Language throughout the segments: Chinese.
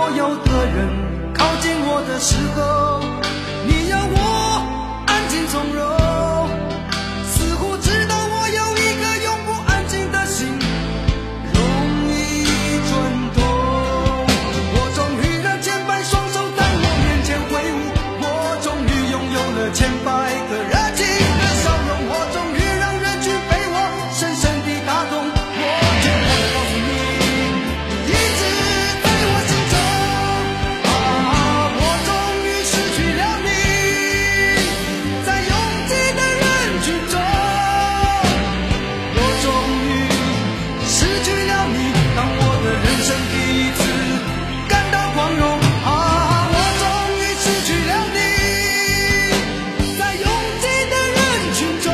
所有的人靠近我的时候，你要我安静从容，似乎知道我有一个永不安静的心，容易转动。我终于让千百双手在我面前挥舞，我终于拥有了千百个热情的笑容，我终于让人群被我深深地打动。我绝望地告诉你，你一直在我心中。我终于失去了你，在拥挤的人群中，我终于失去了你，当我的人生第一次感到光荣。我终于失去了你，在拥挤的人群中，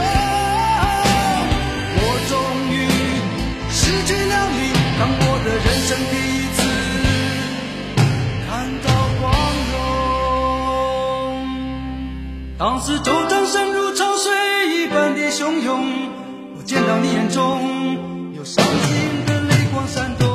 我终于失去了你，当我的人生第一次看到光荣。当时周章深如潮水一般的汹涌，我见到你眼中有伤心的泪光闪动。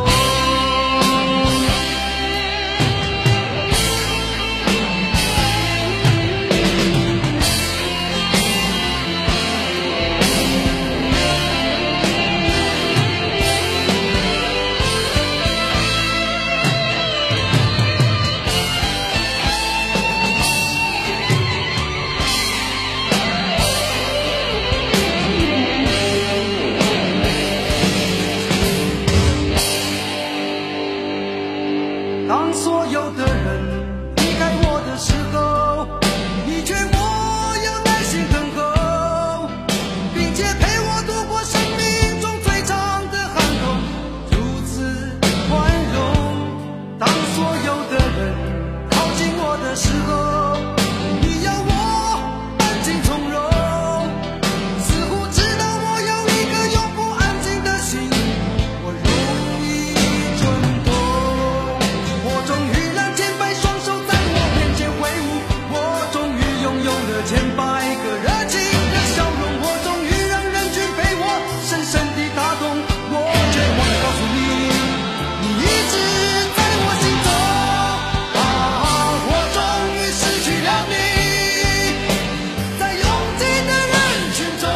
当所有的人离开我的时候，你劝我要耐心等候，并且陪我度过生命中最长的寒冬，如此宽容。当所有的人靠近我的时候，你要我安静从容，似乎知道我有一个永不安静的心，我容易转动。我终于让千百双手在我面前挥舞，我终于拥有了千百个热情的笑容，我终于让人群被我深深地打动。我绝望地告诉你，你一直在我心中。我终于失去了你，在拥挤的人群中，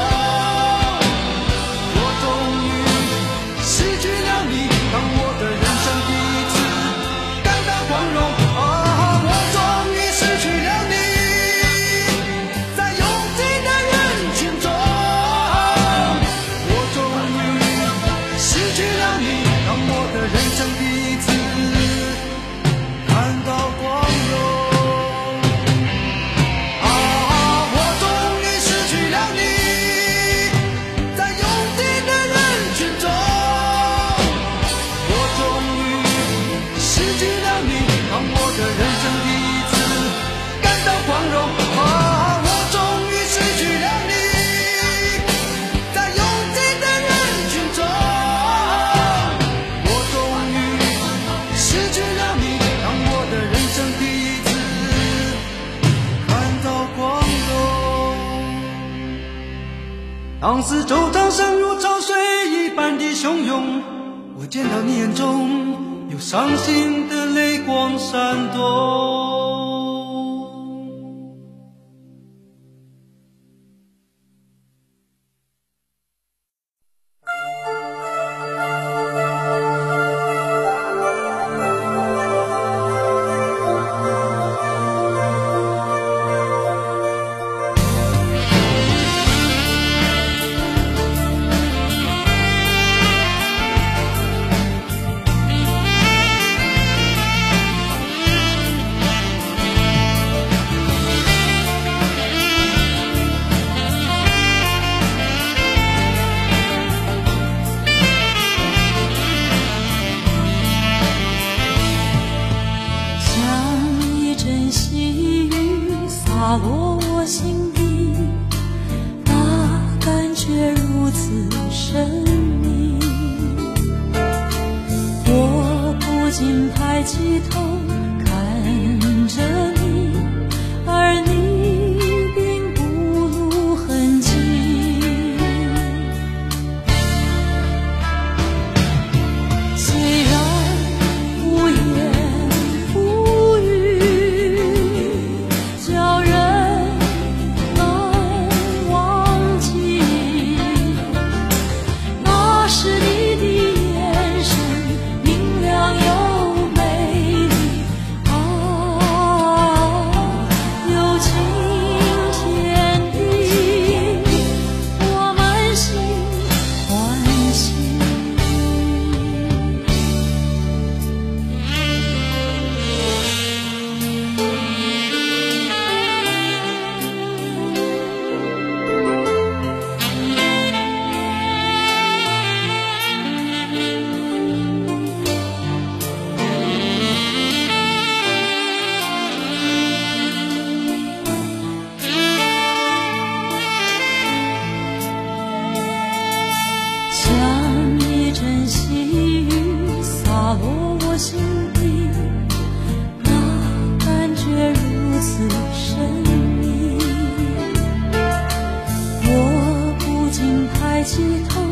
我终于失去了你，当我的人生第一次感到光荣。我终于失去了你，在拥挤的人群中，我终于失去了你，当我的人生第一次看到光荣。我终于失去了你，在拥挤的人群中，我终于失去了你，当我的人生第一次感到光荣。我终于失去了你，在拥挤的人群中，我终于失去了你，当我的人生第一次看到光荣。当时周章深如潮水一般的汹涌，我见到你眼中有伤心的泪光闪动。 洒落我心底，那感觉如此神秘。我不禁抬起头看着你，而你并不露痕迹。虽然无言心底，那感觉如此神秘。我不禁抬起头